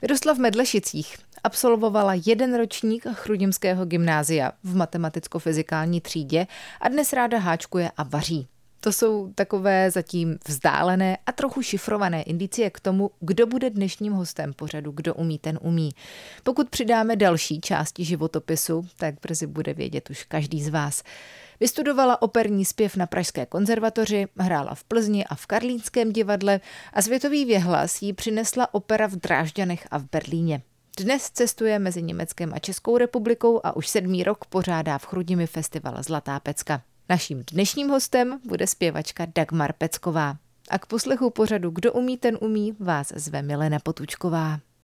Vyrostla v Medlešicích. Absolvovala 1 ročník chrudimského gymnázia v matematicko-fyzikální třídě a dnes ráda háčkuje a vaří. To jsou takové zatím vzdálené a trochu šifrované indicie k tomu, kdo bude dnešním hostem pořadu Kdo umí, ten umí. Pokud přidáme další části životopisu, tak brzy bude vědět už každý z vás. Vystudovala operní zpěv na Pražské konzervatoři, hrála v Plzni a v Karlínském divadle a světový věhlas jí přinesla opera v Drážďanech a v Berlíně. Dnes cestuje mezi Německem a Českou republikou a už 7. rok pořádá v Chrudimi festival Zlatá pecka. Naším dnešním hostem bude zpěvačka Dagmar Pecková. A k poslechu pořadu Kdo umí, ten umí vás zve Milena Potůčková.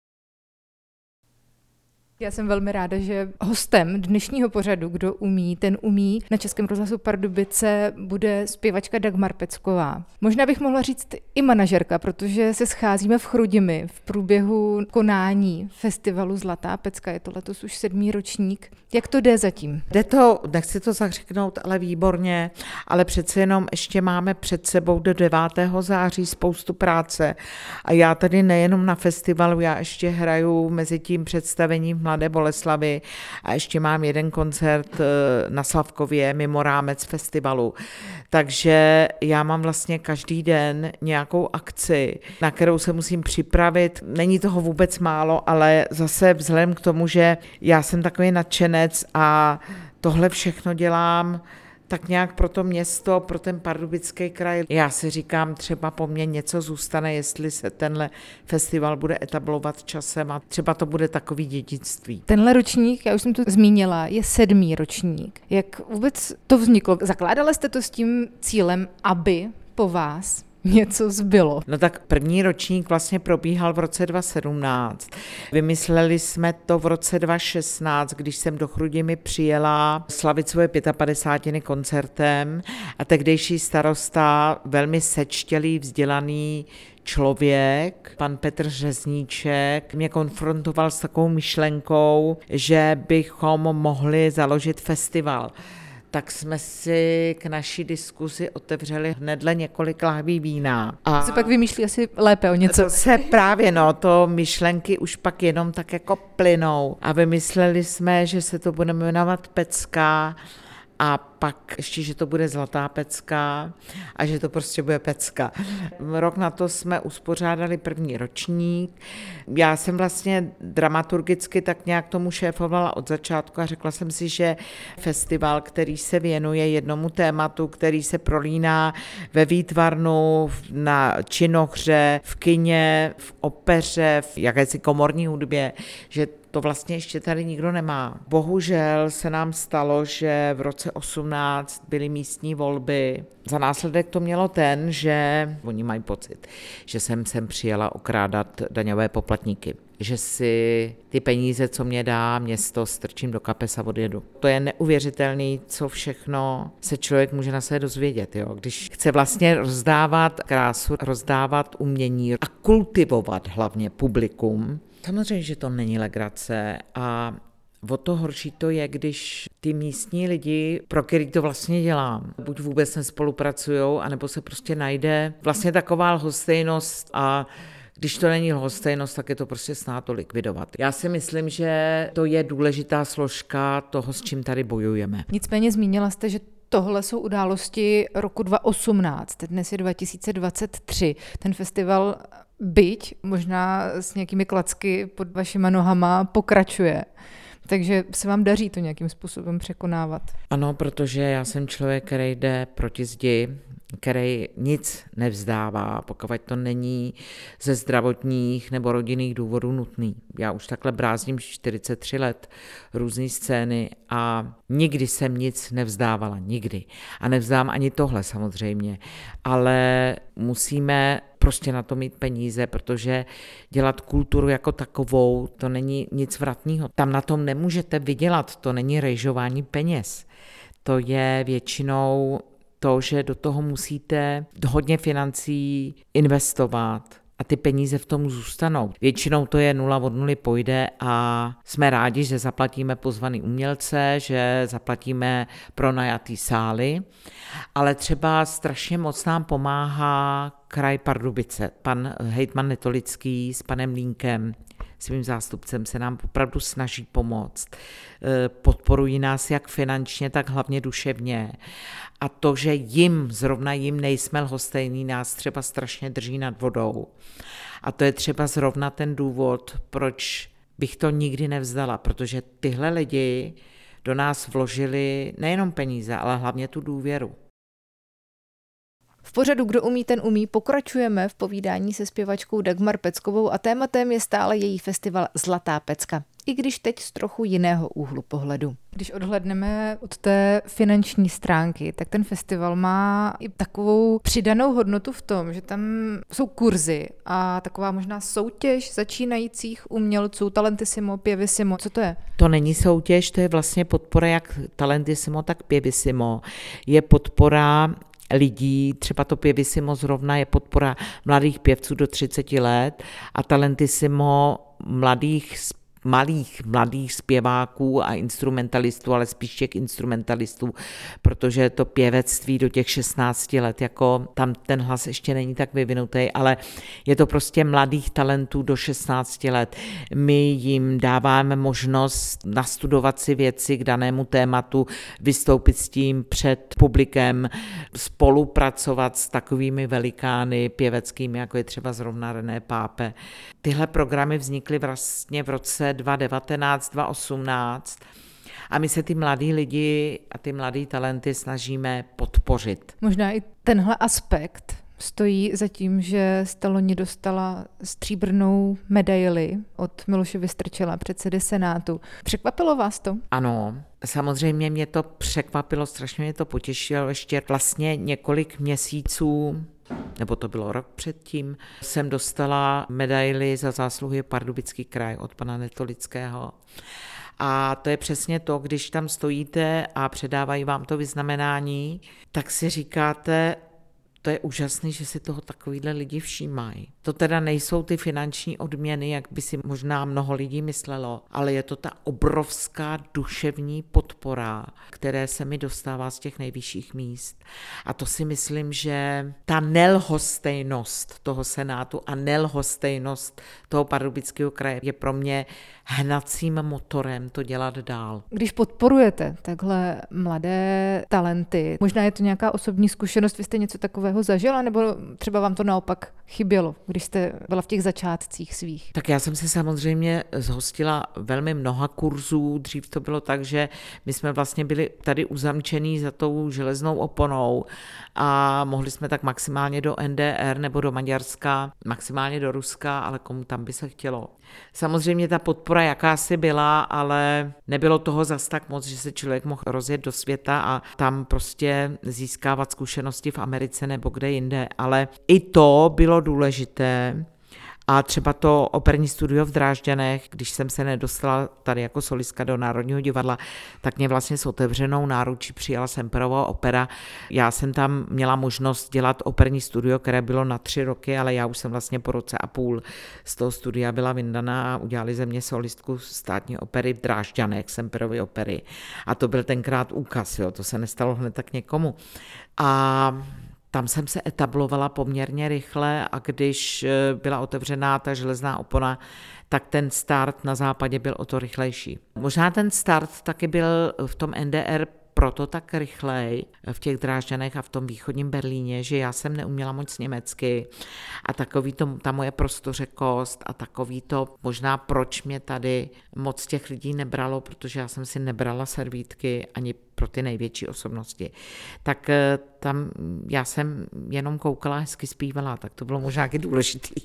Já jsem velmi ráda, že hostem dnešního pořadu Kdo umí, ten umí na Českém rozhlasu Pardubice bude zpěvačka Dagmar Pecková. Možná bych mohla říct i manažerka, protože se scházíme v Chrudimi v průběhu konání festivalu Zlatá pecka. Je to letos už 7. ročník. Jak to jde zatím? Jde to, nechci to zahřknout, ale výborně, ale přece jenom ještě máme před sebou do 9. září spoustu práce a já tady nejenom na festivalu, já ještě hraju mezi tím představením v Mladé Boleslavi a ještě mám 1 koncert na Slavkově mimo rámec festivalu. Takže já mám vlastně každý den nějakou akci, na kterou se musím připravit. Není toho vůbec málo, ale zase vzhledem k tomu, že já jsem takový nadšenec a tohle všechno dělám tak nějak pro to město, pro ten Pardubický kraj. Já si říkám, třeba po mně něco zůstane, jestli se tenhle festival bude etablovat časem a třeba to bude takový dědictví. Tenhle ročník, já už jsem to zmínila, je 7. ročník. Jak vůbec to vzniklo? Zakládala jste to s tím cílem, aby po vás něco zbylo? No tak 1. ročník vlastně probíhal v roce 2017. Vymysleli jsme to v roce 2016, když jsem do Chrudimi přijela slavit svoje 55. koncertem a tehdejší starosta, velmi sečtělý, vzdělaný člověk, pan Petr Řezníček, mě konfrontoval s takovou myšlenkou, že bychom mohli založit festival. Tak jsme si k naší diskuzi otevřeli hnedle několik lahví vína. A se pak vymýšlí asi lépe o něco. To se právě, to myšlenky už pak jenom tak jako plynou. A vymysleli jsme, že se to bude jmenovat Pecka a pak ještě, že to bude Zlatá pecka a že to prostě bude pecka. Rok na to jsme uspořádali 1. ročník. Já jsem vlastně dramaturgicky tak nějak tomu šéfovala od začátku a řekla jsem si, že festival, který se věnuje jednomu tématu, který se prolíná ve výtvarnu, na činohře, v kině, v opeře, v jakési komorní hudbě, že to vlastně ještě tady nikdo nemá. Bohužel se nám stalo, že v roce 18 byly místní volby. Za následek to mělo ten, že oni mají pocit, že jsem sem přijela okrádat daňové poplatníky. Že si ty peníze, co mě dá město, strčím do kapes a odjedu. To je neuvěřitelný, co všechno se člověk může na sebe dozvědět. Jo? Když chce vlastně rozdávat krásu, rozdávat umění a kultivovat hlavně publikum. Samozřejmě, že to není legrace a o to horší to je, když ty místní lidi, pro který to vlastně dělám, buď vůbec nespolupracujou, anebo se prostě najde vlastně taková lhostejnost a když to není lhostejnost, tak je to prostě snad to likvidovat. Já si myslím, že to je důležitá složka toho, s čím tady bojujeme. Nicméně zmínila jste, že tohle jsou události roku 2018, dnes je 2023. Ten festival, byť možná s nějakými klacky pod vašima nohama, pokračuje. Takže se vám daří to nějakým způsobem překonávat. Ano, protože já jsem člověk, který jde proti zdi, který nic nevzdává, pokud to není ze zdravotních nebo rodinných důvodů nutný. Já už takhle brázdím 43 let různý scény a nikdy jsem nic nevzdávala, nikdy. A nevzdám ani tohle samozřejmě, ale musíme prostě na to mít peníze, protože dělat kulturu jako takovou, to není nic vratného. Tam na tom nemůžete vydělat, to není rejžování peněz. To je většinou to, že do toho musíte hodně financí investovat a ty peníze v tom zůstanou. Většinou to je 0 od 0 pojde a jsme rádi, že zaplatíme pozvaný umělce, že zaplatíme pronajatý sály, ale třeba strašně moc nám pomáhá kraj Pardubice. Pan hejtman Netolický s panem Línkem svým zástupcem, se nám opravdu snaží pomoct. Podporují nás jak finančně, tak hlavně duševně. A to, že zrovna jim nejsme lhostejní, nás třeba strašně drží nad vodou. A to je třeba zrovna ten důvod, proč bych to nikdy nevzdala, protože tyhle lidi do nás vložili nejenom peníze, ale hlavně tu důvěru. V pořadu Kdo umí, ten umí pokračujeme v povídání se zpěvačkou Dagmar Peckovou a tématem je stále její festival Zlatá pecka, i když teď z trochu jiného úhlu pohledu. Když odhlédneme od té finanční stránky, tak ten festival má i takovou přidanou hodnotu v tom, že tam jsou kurzy a taková možná soutěž začínajících umělců, Talentissimo, Pievissimo. Co to je? To není soutěž, to je vlastně podpora jak Talentissimo, tak Pievissimo. Je podpora lidí, třeba to Pievissimo zrovna je podpora mladých pěvců do 30 let a Talentissimo mladých zpěváků a instrumentalistů, ale spíš těch instrumentalistů, protože je to pěvectví do těch 16 let, jako tam ten hlas ještě není tak vyvinutý, ale je to prostě mladých talentů do 16 let. My jim dáváme možnost nastudovat si věci k danému tématu, vystoupit s tím před publikem, spolupracovat s takovými velikány pěveckými, jako je třeba zrovna René Pápe. Tyhle programy vznikly vlastně v roce 2019, 2018 a my se ty mladí lidi a ty mladý talenty snažíme podpořit. Možná i tenhle aspekt stojí za tím, že jste loni dostala stříbrnou medaili od Miloše Vystrčila, předsedy Senátu. Překvapilo vás to? Ano, samozřejmě mě to překvapilo, strašně mě to potěšilo. Ještě vlastně několik měsíců, nebo to bylo rok předtím, jsem dostala medaili za zásluhy Pardubický kraj od pana Netolického. A to je přesně to, když tam stojíte a předávají vám to vyznamenání, tak si říkáte, to je úžasné, že si toho takovýhle lidi všímají. To teda nejsou ty finanční odměny, jak by si možná mnoho lidí myslelo, ale je to ta obrovská duševní podpora, které se mi dostává z těch nejvyšších míst. A to si myslím, že ta nelhostejnost toho Senátu a nelhostejnost toho Pardubického kraje je pro mě hnacím motorem to dělat dál. Když podporujete takhle mladé talenty, možná je to nějaká osobní zkušenost, vy jste něco takového zažila, nebo třeba vám to naopak chybělo, když jste byla v těch začátcích svých? Tak já jsem se samozřejmě zhostila velmi mnoha kurzů. Dřív to bylo tak, že my jsme vlastně byli tady uzamčený za tou železnou oponou a mohli jsme tak maximálně do NDR nebo do Maďarska, maximálně do Ruska, ale komu tam by se chtělo. Samozřejmě ta podpora jakási byla, ale nebylo toho zas tak moc, že se člověk mohl rozjet do světa a tam prostě získávat zkušenosti v Americe nebo kde jinde, ale i to bylo důležité. A třeba to operní studio v Drážďanech, když jsem se nedostala tady jako solistka do Národního divadla, tak mě vlastně s otevřenou náručí přijala Semperova opera. Já jsem tam měla možnost dělat operní studio, které bylo na 3 roky, ale já už jsem vlastně po roce a půl z toho studia byla vyndaná a udělali ze mě solistku státní opery v Drážďanech, Semperovy opery. A to byl tenkrát úkaz, to se nestalo hned tak někomu. A tam jsem se etablovala poměrně rychle a když byla otevřená ta železná opona, tak ten start na západě byl o to rychlejší. Možná ten start taky byl v tom NDR proto tak rychlej v těch Drážďanech a v tom východním Berlíně, že já jsem neuměla moc německy a takový to, ta moje prostořekost a takový to, možná proč mě tady moc těch lidí nebralo, protože já jsem si nebrala servítky ani pro ty největší osobnosti. Tak tam já jsem jenom koukala, hezky zpívala, tak to bylo možná i důležitý.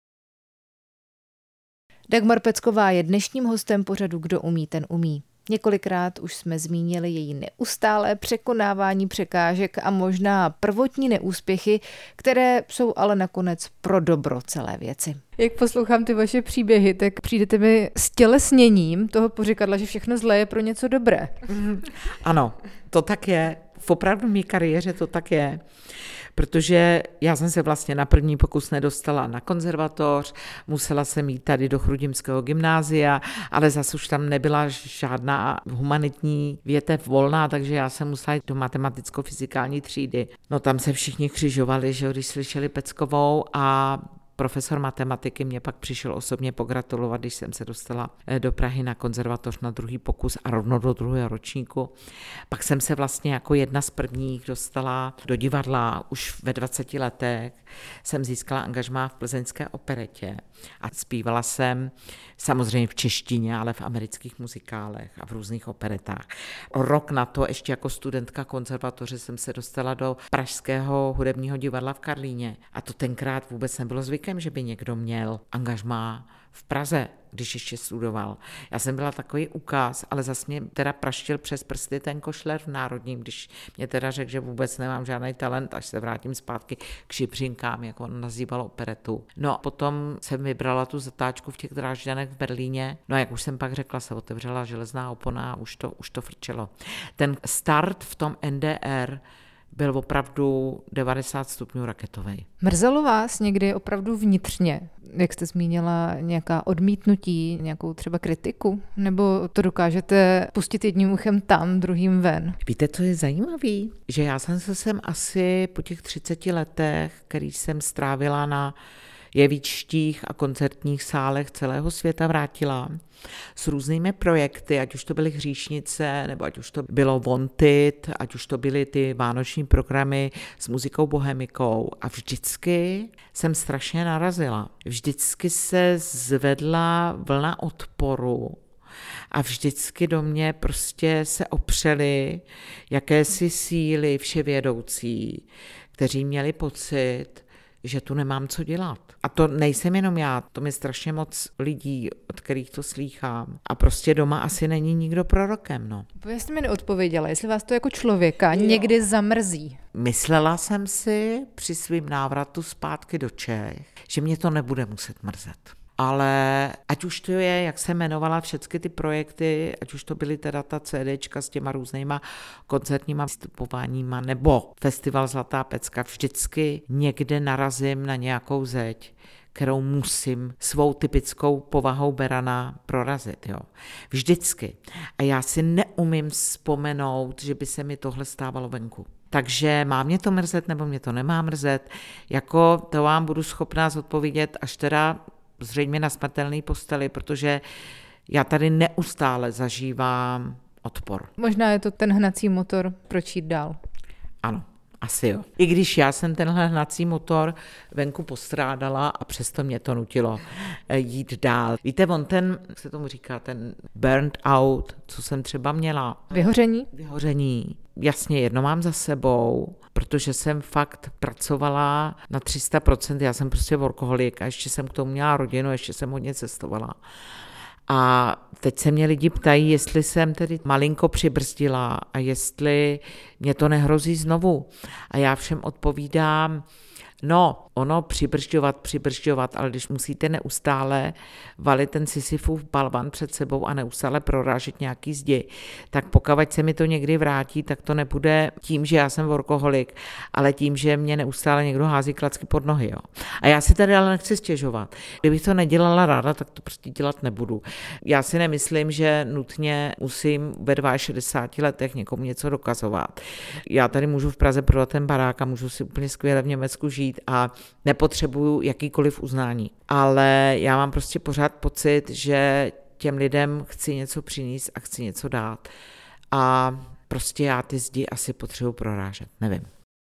Dagmar Pecková je dnešním hostem pořadu Kdo umí, ten umí. Několikrát už jsme zmínili její neustálé překonávání překážek a možná prvotní neúspěchy, které jsou ale nakonec pro dobro celé věci. Jak poslouchám ty vaše příběhy, tak přijdete mi s tělesněním toho pořekadla, že všechno zlé je pro něco dobré. Ano, to tak je. V opravdu mé kariéře to tak je. Protože já jsem se vlastně na první pokus nedostala na konzervatoř, musela jsem jít tady do Chrudimského gymnázia, ale zase už tam nebyla žádná humanitní větev volná, takže já jsem musela jít do matematicko-fyzikální třídy. No tam se všichni křižovali, že když slyšeli Peckovou a Profesor matematiky mě pak přišel osobně pogratulovat, když jsem se dostala do Prahy na konzervatoř na druhý pokus a rovno do druhého ročníku. Pak jsem se vlastně jako jedna z prvních dostala do divadla. Už ve 20 letech jsem získala angažmá v plzeňské operetě a zpívala jsem samozřejmě v češtině, ale v amerických muzikálech a v různých operetách. Rok na to ještě jako studentka konzervatoře jsem se dostala do Pražského hudebního divadla v Karlíně a to tenkrát vůbec nebylo zvykem, že by někdo měl angažmá v Praze, když ještě studoval. Já jsem byla takový ukaz, ale zase mě teda praštil přes prsty ten Košler v Národním, když mě teda řekl, že vůbec nemám žádný talent, až se vrátím zpátky k šipřinkám, jak on nazýval operetu. No potom jsem vybrala tu zatáčku v těch Drážďanech v Berlíně, no a jak už jsem pak řekla, se otevřela železná opona a už to frčelo. Ten start v tom NDR byl opravdu 90 stupňů raketovej. Mrzelo vás někdy opravdu vnitřně, jak jste zmínila, nějaká odmítnutí, nějakou třeba kritiku? Nebo to dokážete pustit jedním uchem tam, druhým ven? Víte, co je zajímavý? Že já jsem se sem asi po těch 30 letech, který jsem strávila na jevištích a koncertních sálech celého světa, vrátila s různými projekty, ať už to byly Hříšnice, nebo ať už to bylo Wanted, ať už to byly ty vánoční programy s muzikou bohemikou. A vždycky jsem strašně narazila. Vždycky se zvedla vlna odporu a vždycky do mě prostě se opřely jakési síly vševědoucí, kteří měli pocit, že tu nemám co dělat. A to nejsem jenom já, to mi strašně moc lidí, od kterých to slýchám. A prostě doma asi není nikdo prorokem, no. Vy jste mi neodpověděla, jestli vás to jako člověka někdy zamrzí. Myslela jsem si při svým návratu zpátky do Čech, že mě to nebude muset mrzet. Ale ať už to je, jak se jmenovala všechny ty projekty, ať už to byly teda ta CDčka s těma různýma koncertníma vystupováníma, nebo Festival Zlatá pecka, vždycky někde narazím na nějakou zeď, kterou musím svou typickou povahou berana prorazit. Jo. Vždycky. A já si neumím vzpomenout, že by se mi tohle stávalo venku. Takže má mě to mrzet, nebo mě to nemá mrzet, jako to vám budu schopná zodpovědět až teda zřejmě na smrtelné posteli, protože já tady neustále zažívám odpor. Možná je to ten hnací motor, proč jít dál. Ano, asi jo. I když já jsem tenhle hnací motor venku postrádala a přesto mě to nutilo jít dál. Víte, on ten, jak se tomu říká, ten burnt out, co jsem třeba měla. Vyhoření. Jasně, jedno mám za sebou, protože jsem fakt pracovala na 300%, já jsem prostě workoholik a ještě jsem k tomu měla rodinu, ještě jsem hodně cestovala. A teď se mě lidi ptají, jestli jsem tedy malinko přibrzdila a jestli mě to nehrozí znovu. A já všem odpovídám, no, ono přibržďovat, ale když musíte neustále valit ten Sisyfův balvan před sebou a neustále prorážet nějaký zdi, tak pokud se mi to někdy vrátí, tak to nebude tím, že já jsem workoholik, ale tím, že mě neustále někdo hází klacky pod nohy. Jo. A já si tady ale nechci stěžovat. Kdybych to nedělala ráda, tak to prostě dělat nebudu. Já si nemyslím, že nutně musím ve 62 letech někomu něco dokazovat. Já tady můžu v Praze prodat ten barák a můžu si úplně skvěle v Německu žít a nepotřebuju jakýkoliv uznání. Ale já mám prostě pořád pocit, že těm lidem chci něco přinést a chci něco dát. A prostě já ty zdi asi potřebuji prorážet, nevím.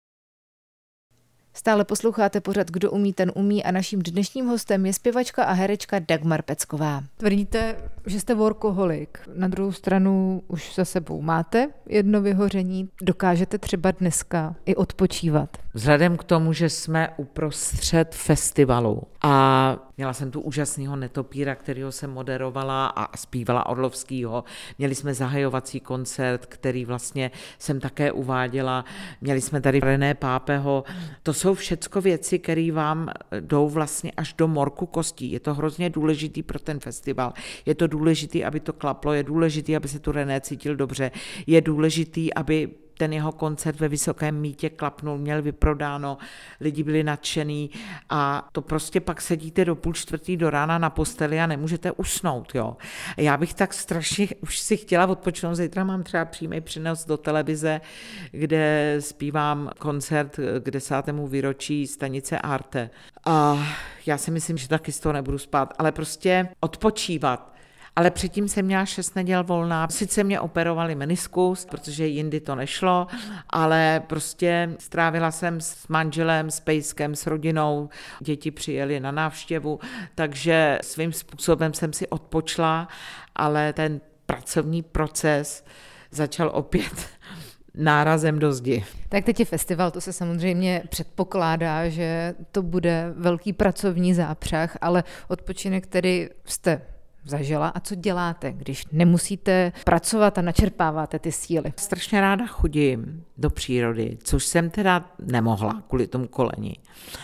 Stále posloucháte pořad Kdo umí, ten umí a naším dnešním hostem je zpěvačka a herečka Dagmar Pecková. Tvrdíte, že jste workoholik. Na druhou stranu už za sebou máte jedno vyhoření. Dokážete třeba dneska i odpočívat? Vzhledem k tomu, že jsme uprostřed festivalu a měla jsem tu úžasného netopíra, kterýho jsem moderovala a zpívala Orlovskýho. Měli jsme zahajovací koncert, který vlastně jsem také uváděla. Měli jsme tady René Pápeho. To jsou všecko věci, které vám jdou vlastně až do morku kostí. Je to hrozně důležitý pro ten festival. Je to důležitý, aby to klaplo, je důležitý, aby se tu René cítil dobře. Je důležitý, aby ten jeho koncert ve Vysokém Mýtě klapnul, měl vyprodáno, lidi byli nadšený a to prostě pak sedíte do 3:30 do rána na posteli a nemůžete usnout, jo. Já bych tak strašně už si chtěla odpočinout, zítra mám třeba přímý přenos do televize, kde zpívám koncert k 10. výročí stanice Arte. A já si myslím, že taky z toho nebudu spát, ale prostě odpočívat. Ale předtím jsem měla 6 neděl volná. Sice mě operovali meniskus, protože jindy to nešlo, ale prostě strávila jsem s manželem, s pejskem, s rodinou. Děti přijeli na návštěvu, takže svým způsobem jsem si odpočla, ale ten pracovní proces začal opět nárazem do zdi. Tak teď je festival, to se samozřejmě předpokládá, že to bude velký pracovní zápřah, ale odpočinek tedy jste zažila. A co děláte, když nemusíte pracovat a načerpáváte ty síly? Strašně ráda chodím do přírody, což jsem teda nemohla kvůli tomu koleni.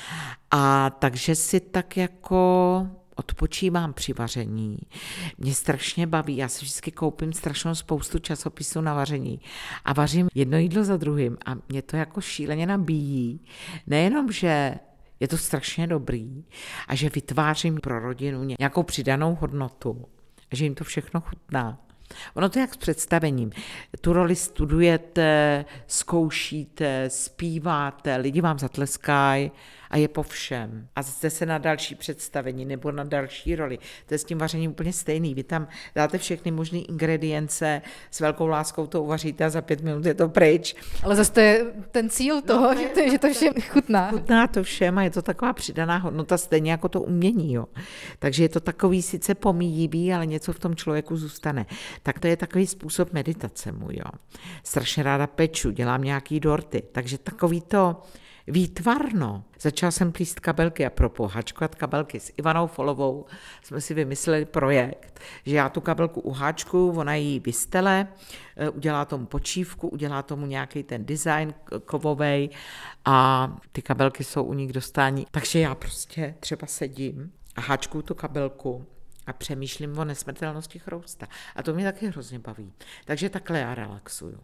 A takže si tak jako odpočívám při vaření. Mě strašně baví, já si vždycky koupím strašnou spoustu časopisů na vaření a vařím jedno jídlo za druhým a mě to jako šíleně nabíjí. Nejenom, že je to strašně dobrý a že vytvářím pro rodinu nějakou přidanou hodnotu, že jim to všechno chutná. Ono to je jak s představením. Tu roli studujete, zkoušíte, zpíváte, lidi vám zatleskají a je po všem. A jste se na další představení nebo na další roli. To je s tím vařením úplně stejný. Vy tam dáte všechny možné ingredience, s velkou láskou to uvaříte a za 5 minut je to pryč. Ale zase to je ten cíl toho, že to všem chutná. Chutná to všem a je to taková přidaná hodnota, stejně jako to umění. Jo. Takže je to takový sice pomíjivý, ale něco v tom člověku zůstane. Tak to je takový způsob meditace můj. Jo. Strašně ráda peču, dělám nějaký dorty, takže takový to výtvarno. Začala jsem plíst kabelky a hačkovat kabelky. S Ivanou Folovou jsme si vymysleli projekt, že já tu kabelku uháčkuju, ona ji vystele, udělá tomu počívku, udělá tomu nějaký ten design kovovej a ty kabelky jsou u ní k dostání. Takže já prostě třeba sedím a háčkuju tu kabelku a přemýšlím o nesmrtelnosti chrousta. A to mě taky hrozně baví. Takže takhle já relaxuju.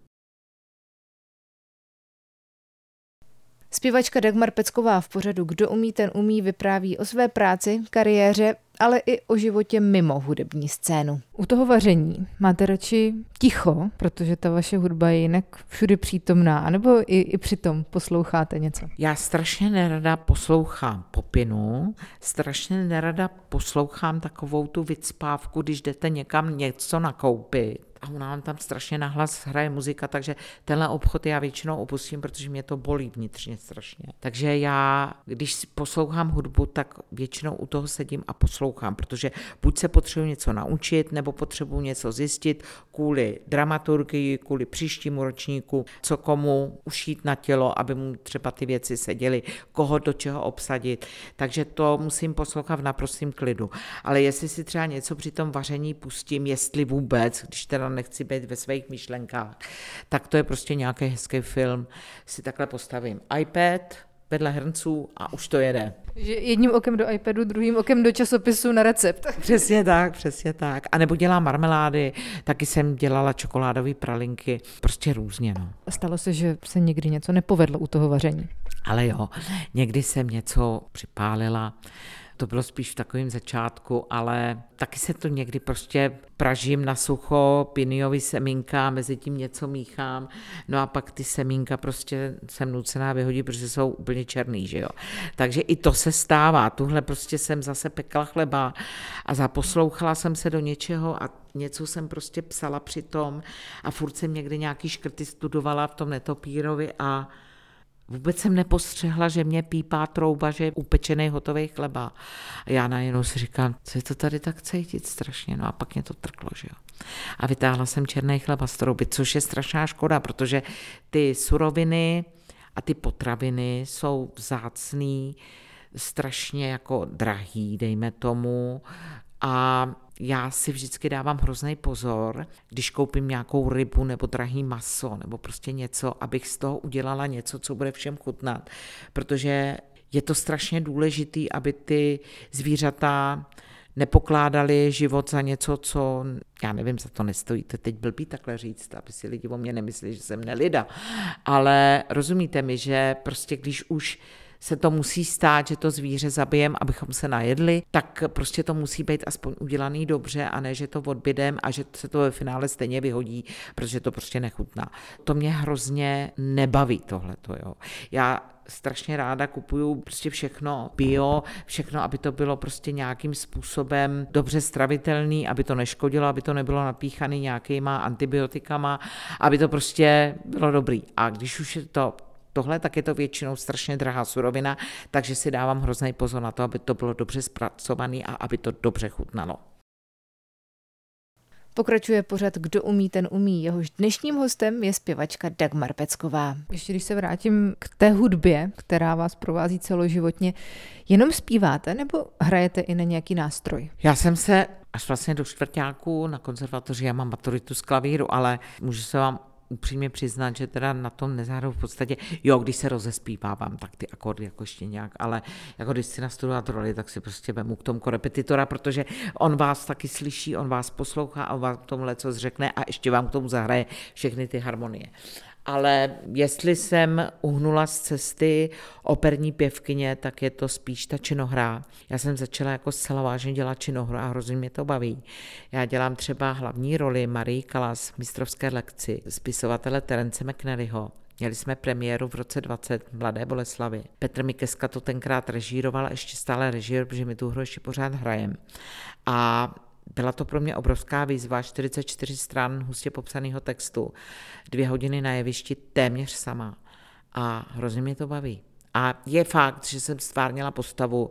Zpěvačka Dagmar Pecková v pořadu Kdo umí, ten umí vypráví o své práci, kariéře, ale i o životě mimo hudební scénu. U toho vaření máte radši ticho, protože ta vaše hudba je jinak všude přítomná, anebo i přitom posloucháte něco? Já strašně nerada poslouchám popinu, strašně nerada poslouchám takovou tu vycpávku, když jdete někam něco nakoupit. A ona vám tam strašně nahlas hraje muzika, takže tenhle obchod já většinou opustím, protože mě to bolí vnitřně strašně. Takže já, když poslouchám hudbu, tak většinou u toho sedím a poslouchám, protože buď se potřebuji něco naučit, nebo potřebuji něco zjistit kvůli dramaturgii, kvůli příštímu ročníku, co komu ušít na tělo, aby mu třeba ty věci seděly, koho do čeho obsadit. Takže to musím poslouchat v naprostém klidu. Ale jestli si třeba něco při tom vaření pustím, jestli vůbec, když teda nechci být ve svých myšlenkách, tak to je prostě nějaký hezký film, si takhle postavím iPad vedle hrnců a už to jede. Že jedním okem do iPadu, druhým okem do časopisu na recept. Přesně tak. A nebo dělám marmelády, taky jsem dělala čokoládové pralinky, prostě různě. No. Stalo se, že se někdy něco nepovedlo u toho vaření? Ale jo, někdy jsem něco připálila, to bylo spíš v takovém začátku, ale taky se to někdy prostě pražím na sucho, piniový semínka, mezi tím něco míchám, no a pak ty semínka prostě jsem nucená vyhodit, protože jsou úplně černý, že jo. Takže i to se stává, tuhle prostě jsem zase pekla chleba a zaposlouchala jsem se do něčeho a něco jsem prostě psala při tom a furt jsem někdy nějaký škrty studovala v tom netopírovi a vůbec jsem nepostřehla, že mě pípá trouba, že je upečený hotový chleba. A já najednou si říkám, co je to tady tak cítit strašně, no a pak mě to trklo, že jo. A vytáhla jsem černý chleba z trouby, což je strašná škoda, protože ty suroviny a ty potraviny jsou vzácný, strašně jako drahý, dejme tomu, a já si vždycky dávám hrozný pozor, když koupím nějakou rybu nebo drahý maso nebo prostě něco, abych z toho udělala něco, co bude všem chutnat, protože je to strašně důležitý, aby ty zvířata nepokládali život za něco, co, já nevím, za to nestojí, to teď blbý takhle říct, aby si lidi o mě nemysleli, že jsem nelida, ale rozumíte mi, že prostě když už se to musí stát, že to zvíře zabijem, abychom se najedli, tak prostě to musí být aspoň udělaný dobře a ne, že to odbydem a že se to ve finále stejně vyhodí, protože to prostě nechutná. To mě hrozně nebaví tohleto, jo. Já strašně ráda kupuju prostě všechno bio, všechno, aby to bylo prostě nějakým způsobem dobře stravitelný, aby to neškodilo, aby to nebylo napíchané nějakýma antibiotikama, aby to prostě bylo dobrý. A když už je to tohle, tak je to většinou strašně drahá surovina, takže si dávám hrozný pozor na to, aby to bylo dobře zpracované a aby to dobře chutnalo. Pokračuje pořad Kdo umí, ten umí. Jehož dnešním hostem je zpěvačka Dagmar Pecková. Ještě když se vrátím k té hudbě, která vás provází celoživotně, jenom zpíváte nebo hrajete i na nějaký nástroj? Já jsem se až vlastně do čtvrťáku na konzervatoři, já mám maturitu z klavíru, ale můžu se vám upřímně přiznat, že teda na tom nezahraju v podstatě, jo, když se rozespívávám, tak ty akordy jako ještě nějak, ale jako když si nastudovat roli, tak si prostě vemu k tomu korepetitora, protože on vás taky slyší, on vás poslouchá a on vám k tomu leco řekne a ještě vám k tomu zahraje všechny ty harmonie. Ale jestli jsem uhnula z cesty operní pěvkyně, tak je to spíš ta činohra. Já jsem začala jako zcela vážně dělat činohru a hrozně mě to baví. Já dělám třeba hlavní roli Marii Callas v mistrovské lekci spisovatele Terence McNallyho. Měli jsme premiéru v roce 20 v Mladé Boleslavi. Petr Mikeska to tenkrát režíroval a ještě stále režíruje, protože my tu hru ještě pořád hrajem. A byla to pro mě obrovská výzva, 44 stran hustě popsaného textu, 2 hodiny na jevišti téměř sama a hrozně mě to baví. A je fakt, že jsem stvárnila postavu,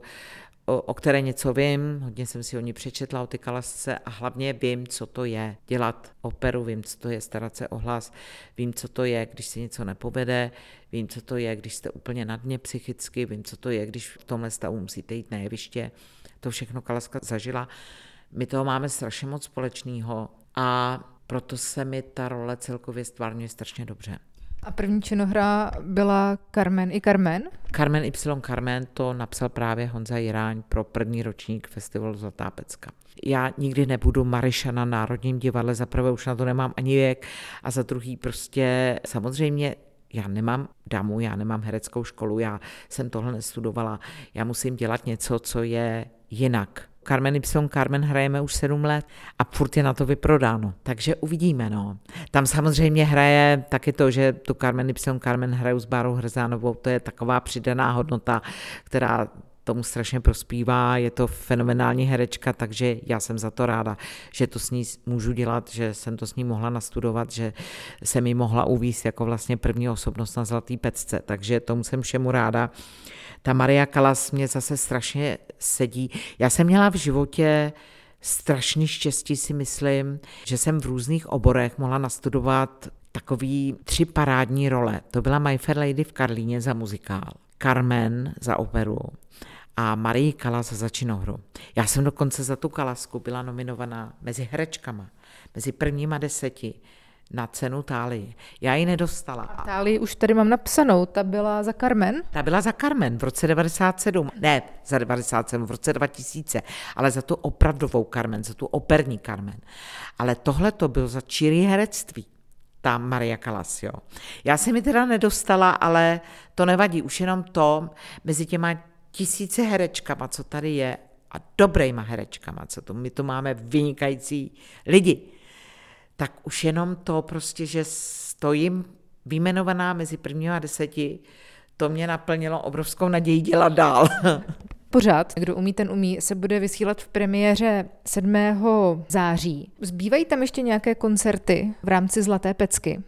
o které něco vím, hodně jsem si o ní přečetla, o ty Callasce a hlavně vím, co to je dělat operu, vím, co to je starat se o hlas, vím, co to je, když se něco nepovede, vím, co to je, když jste úplně na dně psychicky, vím, co to je, když v tomhle stavu musíte jít na jeviště. To všechno Kallaska zažila. My toho máme strašně moc společného a proto se mi ta role celkově stvárňuje strašně dobře. A první činohra byla Carmen i Carmen? Carmen Y. Carmen to napsal právě Honza Jiráň pro první ročník festivalu Zlatá pecka. Já nikdy nebudu Maryša na Národním divadle, za prvé už na to nemám ani věk a za druhý prostě samozřejmě já nemám damu, já nemám hereckou školu, já jsem tohle nestudovala, já musím dělat něco, co je jinak. Carmen Y. Carmen hrajeme už 7 let a furt je na to vyprodáno. Takže uvidíme, no. Tam samozřejmě hraje taky to, že tu Carmen Y. Carmen hraju s Bárou Hrzánovou, to je taková přidaná hodnota, která tomu strašně prospívá, je to fenomenální herečka, takže já jsem za to ráda, že to s ní můžu dělat, že jsem to s ní mohla nastudovat, že se mi mohla uvíct jako vlastně první osobnost na Zlatý pecce, takže tomu jsem všemu ráda. Ta Maria Callas mě zase strašně sedí. Já jsem měla v životě strašný štěstí, si myslím, že jsem v různých oborech mohla nastudovat takový 3 parádní role. To byla My Fair Lady v Karlíně za muzikál, Carmen za operu a Marie Callas za činohru. Já jsem dokonce za tu Callasku byla nominovaná mezi herečkama, mezi prvníma 10 na cenu Thálie. Já ji nedostala. A Thálii už tady mám napsanou, ta byla za Carmen? Ta byla za Carmen v roce 97, ne za 97, v roce 2000, ale za tu opravdovou Carmen, za tu operní Carmen. Ale tohle to bylo za čirý herectví, ta Maria Callas, jo. Já jsem mi teda nedostala, ale to nevadí, už jenom to, mezi těma 1000 herečkama, co tady je, a dobrejma herečkama, co to, my tu máme vynikající lidi, tak už jenom to prostě, že stojím vyjmenovaná mezi prvníma 10, to mě naplnilo obrovskou naději dělat dál. Pořád, Kdo umí, ten umí, se bude vysílat v premiéře 7. září. Zbývají tam ještě nějaké koncerty v rámci Zlaté pecky?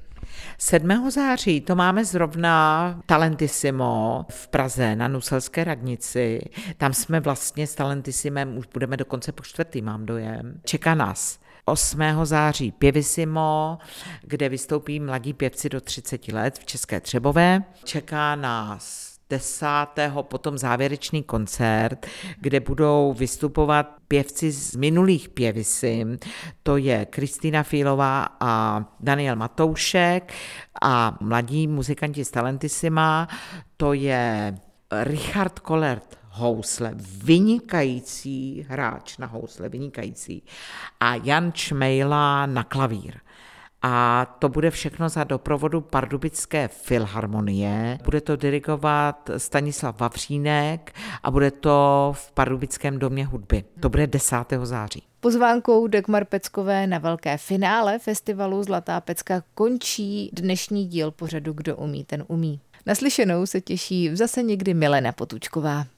7. září to máme zrovna Talentissimo v Praze na Nuselské radnici. Tam jsme vlastně s Talentissimem, už budeme dokonce po 4., mám dojem. Čeká nás 8. září Pěvissimo, kde vystoupí mladí pěvci do 30 let v České Třebové. Čeká nás 10. potom závěrečný koncert, kde budou vystupovat pěvci z minulých Pěvissim, to je Kristýna Fílová a Daniel Matoušek a mladí muzikanti z Talentissima, to je Richard Kollert housle, vynikající hráč na housle, vynikající. A Jan Čmejla na klavír. A to bude všechno za doprovodu Pardubické filharmonie. Bude to dirigovat Stanislav Vavřínek a bude to v Pardubickém domě hudby. To bude 10. září. Pozvánkou Dagmar Peckové na velké finále festivalu Zlatá pecka končí dnešní díl pořadu Kdo umí, ten umí. Naslyšenou se těší zase někdy Milena Potůčková.